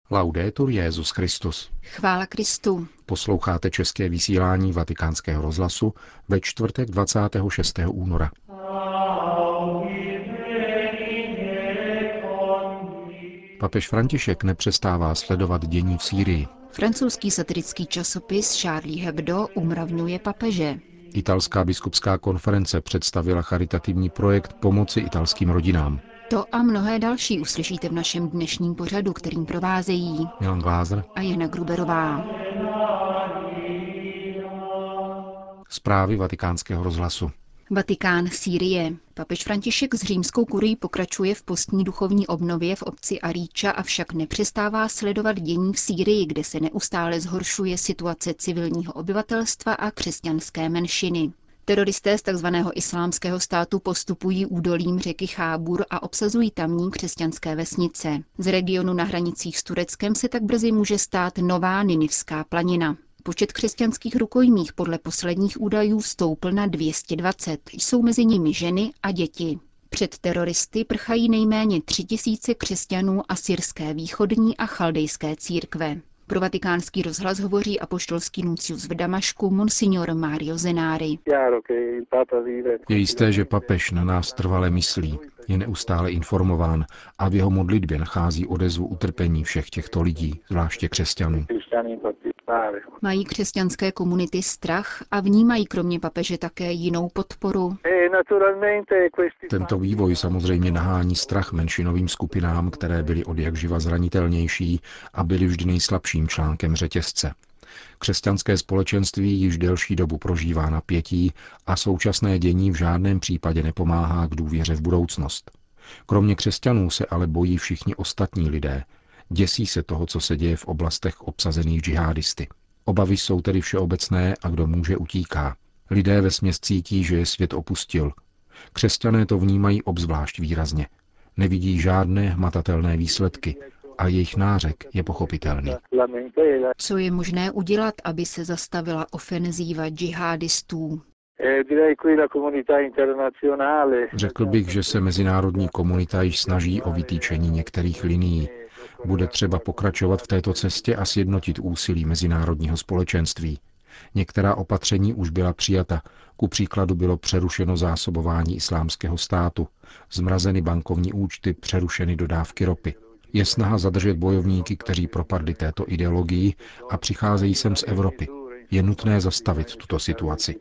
Laudetur Jesus Christus. Chvála Kristu. Posloucháte české vysílání Vatikánského rozhlasu ve čtvrtek 26. února. Papež František nepřestává sledovat dění v Sýrii. Francouzský satirický časopis Charlie Hebdo umravňuje papeže. Italská biskupská konference představila charitativní projekt pomoci italským rodinám. To a mnohé další uslyšíte v našem dnešním pořadu, kterým provázejí Milan Glázer a Jana Gruberová. Zprávy Vatikánského rozhlasu. Vatikán, Sýrie. Papež František s římskou kurií pokračuje v postní duchovní obnově v obci Aríča, avšak nepřestává sledovat dění v Sýrii, kde se neustále zhoršuje situace civilního obyvatelstva a křesťanské menšiny. Teroristé z tzv. Islámského státu postupují údolím řeky Chábur a obsazují tamní křesťanské vesnice. Z regionu na hranicích s Tureckem se tak brzy může stát nová Ninivská planina. Počet křesťanských rukojmích podle posledních údajů stoupl na 220. Jsou mezi nimi ženy a děti. Před teroristy prchají nejméně 3000 křesťanů asyrské východní a chaldejské církve. Pro Vatikánský rozhlas hovoří apoštolský nuncius v Damašku Monsignor Mario Zenari. Je jisté, že papež na nás trvale myslí, je neustále informován a v jeho modlitbě nachází odezvu utrpení všech těchto lidí, zvláště křesťanů. Mají křesťanské komunity strach a vnímají kromě papeže také jinou podporu? Tento vývoj samozřejmě nahání strach menšinovým skupinám, které byly odjakživa zranitelnější a byly vždy nejslabším článkem řetězce. Křesťanské společenství již delší dobu prožívá napětí a současné dění v žádném případě nepomáhá k důvěře v budoucnost. Kromě křesťanů se ale bojí všichni ostatní lidé. Děsí se toho, co se děje v oblastech obsazených džihádisty. Obavy jsou tedy všeobecné a kdo může, utíká. Lidé vesměs cítí, že je svět opustil. Křesťané to vnímají obzvlášť výrazně. Nevidí žádné hmatatelné výsledky a jejich nářek je pochopitelný. Co je možné udělat, aby se zastavila ofenzíva džihádistů? Řekl bych, že se mezinárodní komunita již snaží o vytýčení některých linií. Bude třeba pokračovat v této cestě a sjednotit úsilí mezinárodního společenství. Některá opatření už byla přijata, ku příkladu bylo přerušeno zásobování Islámského státu, zmrazeny bankovní účty, přerušeny dodávky ropy. Je snaha zadržet bojovníky, kteří propadli této ideologii a přicházejí sem z Evropy. Je nutné zastavit tuto situaci.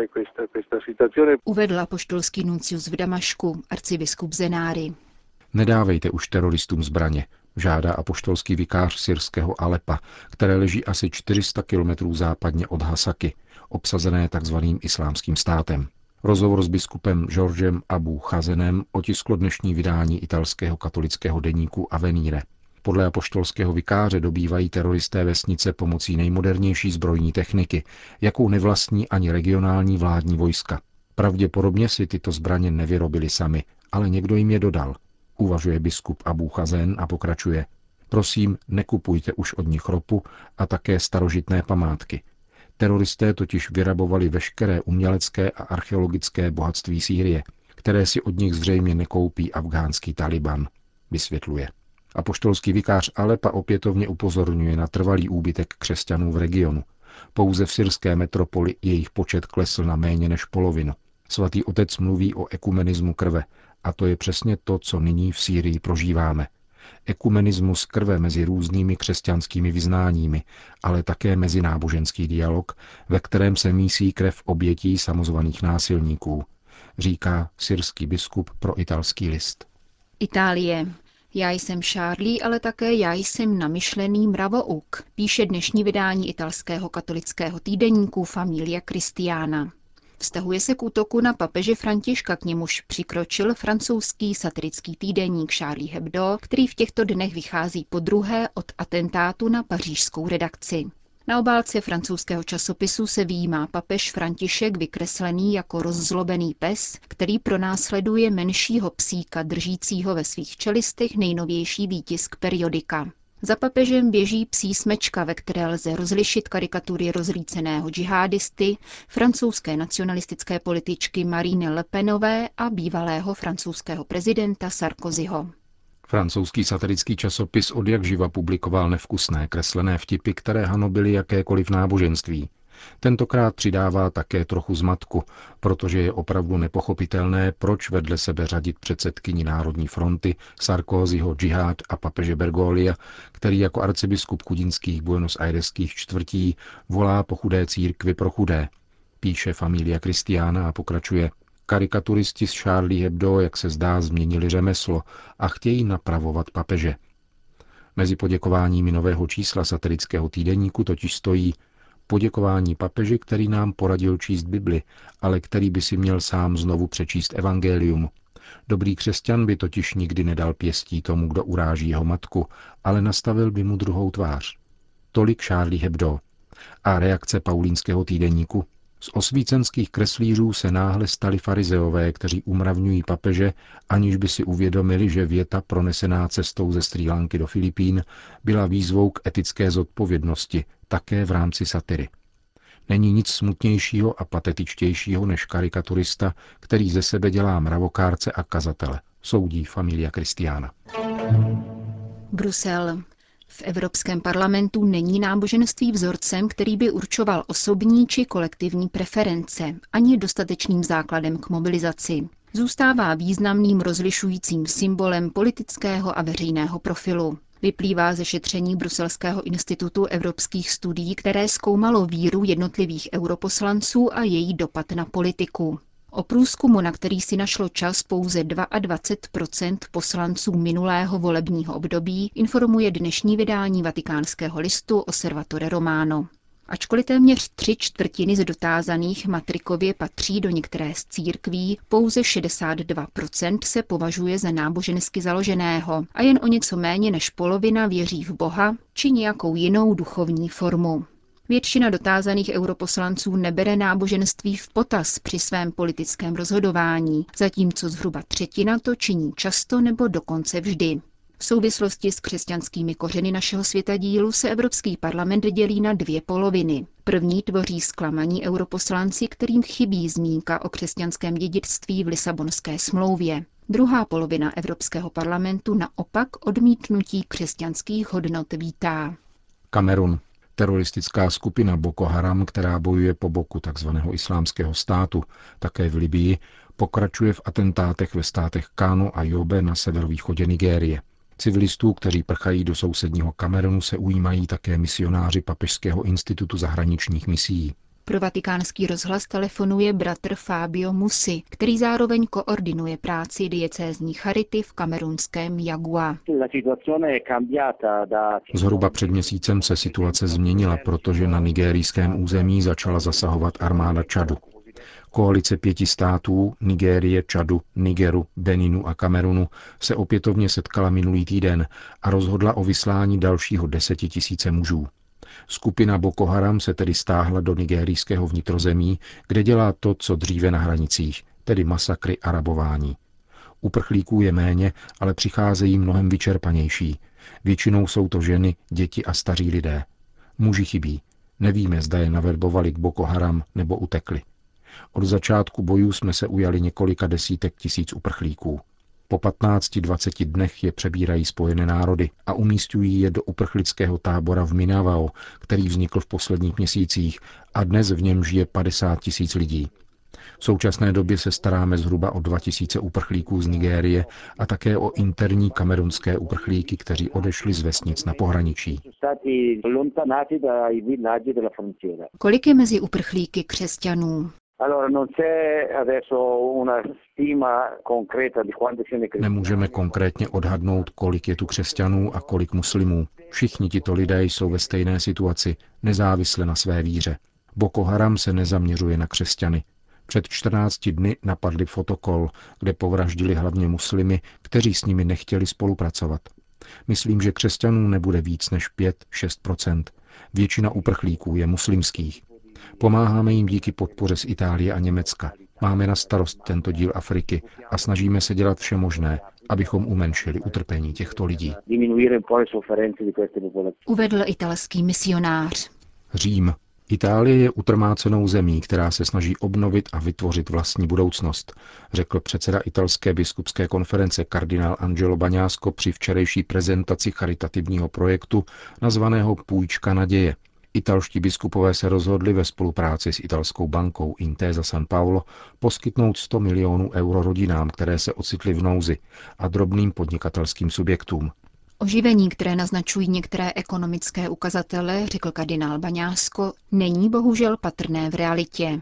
Uvedl apoštolský nuncius v Damašku, arcibiskup Zenari. Nedávejte už teroristům zbraně, žádá apoštolský vikář syrského Alepa, které leží asi 400 kilometrů západně od Hasaky, obsazené tzv. Islámským státem. Rozhovor s biskupem Georgem Abu Chazenem otisklo dnešní vydání italského katolického deníku Avvenire. Podle apoštolského vikáře dobývají teroristé vesnice pomocí nejmodernější zbrojní techniky, jakou nevlastní ani regionální vládní vojska. Pravděpodobně si tyto zbraně nevyrobili sami, ale někdo jim je dodal. Uvažuje biskup Abu Chazen a pokračuje. Prosím, nekupujte už od nich ropu a také starožitné památky. Teroristé totiž vyrabovali veškeré umělecké a archeologické bohatství Sýrie, které si od nich zřejmě nekoupí afghánský Taliban, vysvětluje. Apoštolský vikář Alepa opětovně upozorňuje na trvalý úbytek křesťanů v regionu. Pouze v syrské metropoli jejich počet klesl na méně než polovinu. Svatý otec mluví o ekumenismu krve, a to je přesně to, co nyní v Sýrii prožíváme. Ekumenismus krve mezi různými křesťanskými vyznáními, ale také mezináboženský dialog, ve kterém se mísí krev obětí samozvaných násilníků, říká syrský biskup pro italský list. Itálie. Já jsem Charlie, ale také já jsem namyšlený mravouk, píše dnešní vydání italského katolického týdeníku Familia Cristiana. Vztahuje se k útoku na papeže Františka, k němuž přikročil francouzský satirický týdeník Charlie Hebdo, který v těchto dnech vychází podruhé od atentátu na pařížskou redakci. Na obálce francouzského časopisu se vyjímá papež František vykreslený jako rozzlobený pes, který pronásleduje menšího psíka držícího ve svých čelistech nejnovější výtisk periodika. Za papežem běží psí smečka, ve které lze rozlišit karikatury rozlíceného džihádisty, francouzské nacionalistické političky Marine Le Penové a bývalého francouzského prezidenta Sarkozyho. Francouzský satirický časopis odjakživa publikoval nevkusné kreslené vtipy, které hanobily jakékoliv náboženství. Tentokrát přidává také trochu zmatku, protože je opravdu nepochopitelné, proč vedle sebe řadit předsedkyni Národní fronty, Sarkozyho džihad a papeže Bergoglio, který jako arcibiskup chudinských Buenos Aireských čtvrtí volá po chudé církvi pro chudé. Píše Familia Cristiana a pokračuje. Karikaturisti z Charlie Hebdo, jak se zdá, změnili řemeslo a chtějí napravovat papeže. Mezi poděkováními nového čísla satirického týdeníku totiž stojí poděkování papeži, který nám poradil číst Bibli, ale který by si měl sám znovu přečíst evangelium. Dobrý křesťan by totiž nikdy nedal pěstí tomu, kdo uráží jeho matku, ale nastavil by mu druhou tvář. Tolik Charlie Hebdo. A reakce paulínského týdeníku? Z osvícenských kreslířů se náhle stali farizeové, kteří umravňují papeže, aniž by si uvědomili, že věta pronesená cestou ze Srí Lanky do Filipín byla výzvou k etické zodpovědnosti, také v rámci satiry. Není nic smutnějšího a patetičtějšího než karikaturista, který ze sebe dělá mravokárce a kazatele, soudí Familia Cristiana. Brusel. V Evropském parlamentu není náboženství vzorcem, který by určoval osobní či kolektivní preference, ani dostatečným základem k mobilizaci. Zůstává významným rozlišujícím symbolem politického a veřejného profilu. Vyplývá ze šetření Bruselského institutu evropských studií, které zkoumalo víru jednotlivých europoslanců a její dopad na politiku. O průzkumu, na který si našlo čas pouze 22% poslanců minulého volebního období, informuje dnešní vydání vatikánského listu Osservatore Romano. Ačkoliv téměř 3/4 z dotázaných matrikově patří do některé z církví, pouze 62% se považuje za nábožensky založeného a jen o něco méně než polovina věří v Boha či nějakou jinou duchovní formu. Většina dotázaných europoslanců nebere náboženství v potaz při svém politickém rozhodování, zatímco zhruba třetina to činí často nebo dokonce vždy. V souvislosti s křesťanskými kořeny našeho světadílu se Evropský parlament dělí na dvě poloviny. První tvoří zklamaní europoslanci, kterým chybí zmínka o křesťanském dědictví v Lisabonské smlouvě. Druhá polovina Evropského parlamentu naopak odmítnutí křesťanských hodnot vítá. Kamerun. Teroristická skupina Boko Haram, která bojuje po boku tzv. Islámského státu, také v Libyi, pokračuje v atentátech ve státech Kano a Yobe na severovýchodě Nigérie. Civilistů, kteří prchají do sousedního Kamerunu, se ujímají také misionáři Papežského institutu zahraničních misií. Pro vatikánský rozhlas telefonuje bratr Fabio Musi, který zároveň koordinuje práci diecézní charity v kamerunském Jagua. Zhruba před měsícem se situace změnila, protože na nigérijském území začala zasahovat armáda Čadu. Koalice 5 států, Nigérie, Čadu, Nigeru, Beninu a Kamerunu, se opětovně setkala minulý týden a rozhodla o vyslání dalšího 10 000 mužů. Skupina Boko Haram se tedy stáhla do nigérijského vnitrozemí, kde dělá to, co dříve na hranicích, tedy masakry a rabování. Uprchlíků je méně, ale přicházejí mnohem vyčerpanější. Většinou jsou to ženy, děti a staří lidé. Muži chybí. Nevíme, zda je naverbovali k Boko Haram nebo utekli. Od začátku bojů jsme se ujali několika desítek tisíc uprchlíků. Po 15-20 dnech je přebírají Spojené národy a umísťují je do uprchlického tábora v Minavao, který vznikl v posledních měsících a dnes v něm žije 50 000 lidí. V současné době se staráme zhruba o 2 000 uprchlíků z Nigérie a také o interní kamerunské uprchlíky, kteří odešli z vesnic na pohraničí. Kolik je mezi uprchlíky křesťanů? Nemůžeme konkrétně odhadnout, kolik je tu křesťanů a kolik muslimů. Všichni tito lidé jsou ve stejné situaci, nezávisle na své víře. Boko Haram se nezaměřuje na křesťany. Před 14 dny napadli fotokol, kde povraždili hlavně muslimy, kteří s nimi nechtěli spolupracovat. Myslím, že křesťanů nebude víc než 5-6%. Většina uprchlíků je muslimských. Pomáháme jim díky podpoře z Itálie a Německa. Máme na starost tento díl Afriky a snažíme se dělat vše možné, abychom umenšili utrpení těchto lidí. Uvedl italský misionář. Řím. Itálie je utrmácenou zemí, která se snaží obnovit a vytvořit vlastní budoucnost, řekl předseda italské biskupské konference kardinál Angelo Bagnasco při včerejší prezentaci charitativního projektu nazvaného Půjčka naděje. Italští biskupové se rozhodli ve spolupráci s italskou bankou Intesa San Paolo poskytnout 100 milionů euro rodinám, které se ocitly v nouzi, a drobným podnikatelským subjektům. Oživení, které naznačují některé ekonomické ukazatele, řekl kardinál Bagnasco, není bohužel patrné v realitě.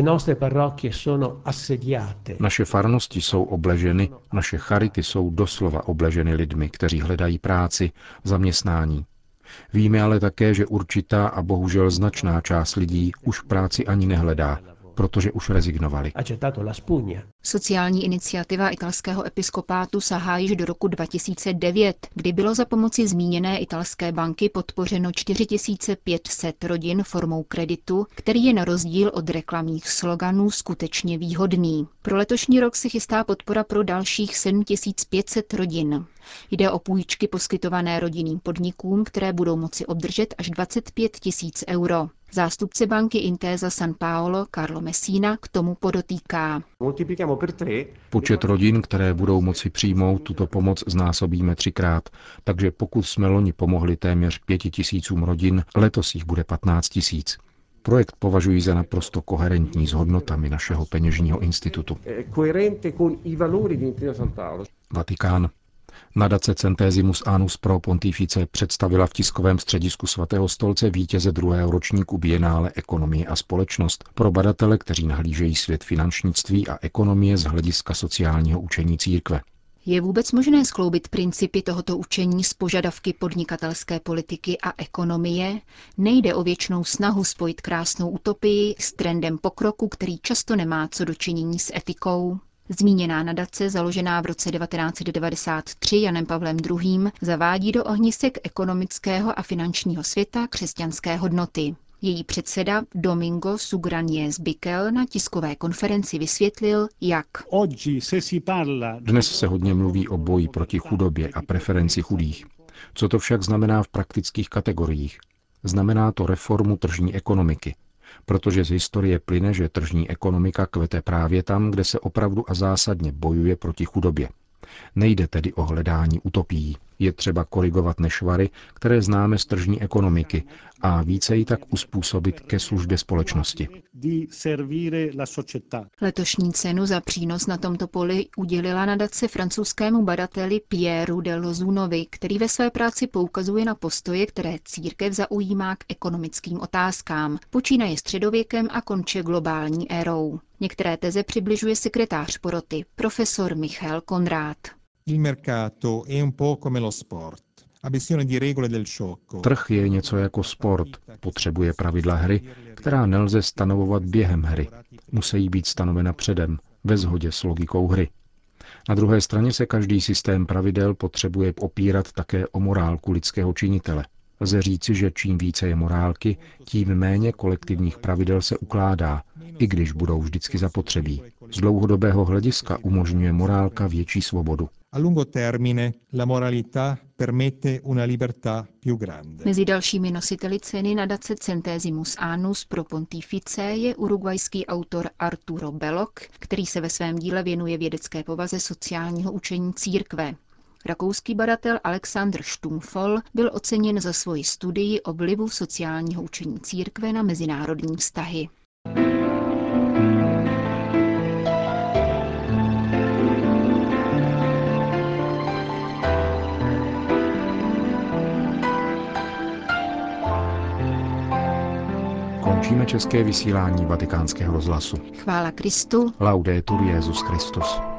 Naše farnosti jsou obleženy, naše charity jsou doslova obleženy lidmi, kteří hledají práci, zaměstnání. Víme ale také, že určitá a bohužel značná část lidí už práci ani nehledá, protože už rezignovali. Sociální iniciativa italského episkopátu sahá již do roku 2009, kdy bylo za pomoci zmíněné italské banky podpořeno 4500 rodin formou kreditu, který je na rozdíl od reklamních sloganů skutečně výhodný. Pro letošní rok se chystá podpora pro dalších 7500 rodin. Jde o půjčky poskytované rodinným podnikům, které budou moci obdržet až 25 000 euro. Zástupce banky Intesa San Paolo Carlo Messina k tomu podotýká. Počet rodin, které budou moci přijmout tuto pomoc, znásobíme 3krát, takže pokud jsme loni pomohli téměř 5 000 rodin, letos jich bude 15 000. Projekt považuji za naprosto koherentní s hodnotami našeho peněžního institutu. Vatikán. Nadace Centesimus Annus Pro Pontifice představila v tiskovém středisku Svatého stolce vítěze 2. ročníku Bienále Ekonomie a společnost pro badatele, kteří nahlížejí svět finančnictví a ekonomie z hlediska sociálního učení církve. Je vůbec možné skloubit principy tohoto učení s požadavky podnikatelské politiky a ekonomie? Nejde o věčnou snahu spojit krásnou utopii s trendem pokroku, který často nemá co dočinění s etikou? Zmíněná nadace, založená v roce 1993 Janem Pavlem II., zavádí do ohnisek ekonomického a finančního světa křesťanské hodnoty. Její předseda Domingo Sugranies Bikel na tiskové konferenci vysvětlil, jak. Dnes se hodně mluví o boji proti chudobě a preferenci chudých. Co to však znamená v praktických kategoriích? Znamená to reformu tržní ekonomiky, protože z historie plyne, že tržní ekonomika kvete právě tam, kde se opravdu a zásadně bojuje proti chudobě. Nejde tedy o hledání utopií. Je třeba korigovat nešvary, které známe z tržní ekonomiky, a více ji tak uspůsobit ke službě společnosti. Letošní cenu za přínos na tomto poli udělila nadace francouzskému badateli Pierru de Lozunovi, který ve své práci poukazuje na postoje, které církev zaujímá k ekonomickým otázkám, počínaje středověkem a konče globální érou. Některé teze přibližuje sekretář poroty, profesor Michal Konrád. Trh je něco jako sport, potřebuje pravidla hry, která nelze stanovovat během hry. Musí být stanovena předem, ve shodě s logikou hry. Na druhé straně se každý systém pravidel potřebuje opírat také o morálku lidského činitele. Lze říci, že čím více je morálky, tím méně kolektivních pravidel se ukládá, i když budou vždycky zapotřebí. Z dlouhodobého hlediska umožňuje morálka větší svobodu. Mezi dalšími nositeli ceny nadace Centesimus Annus Pro Pontifice je urugvajský autor Arturo Belloc, který se ve svém díle věnuje vědecké povaze sociálního učení církve. Rakouský badatel Alexander Stumpfl byl oceněn za svoji studii o vlivu sociálního učení církve na mezinárodní vztahy. Končíme české vysílání Vatikánského rozhlasu. Chvála Kristu. Laudetur Jesus Christus.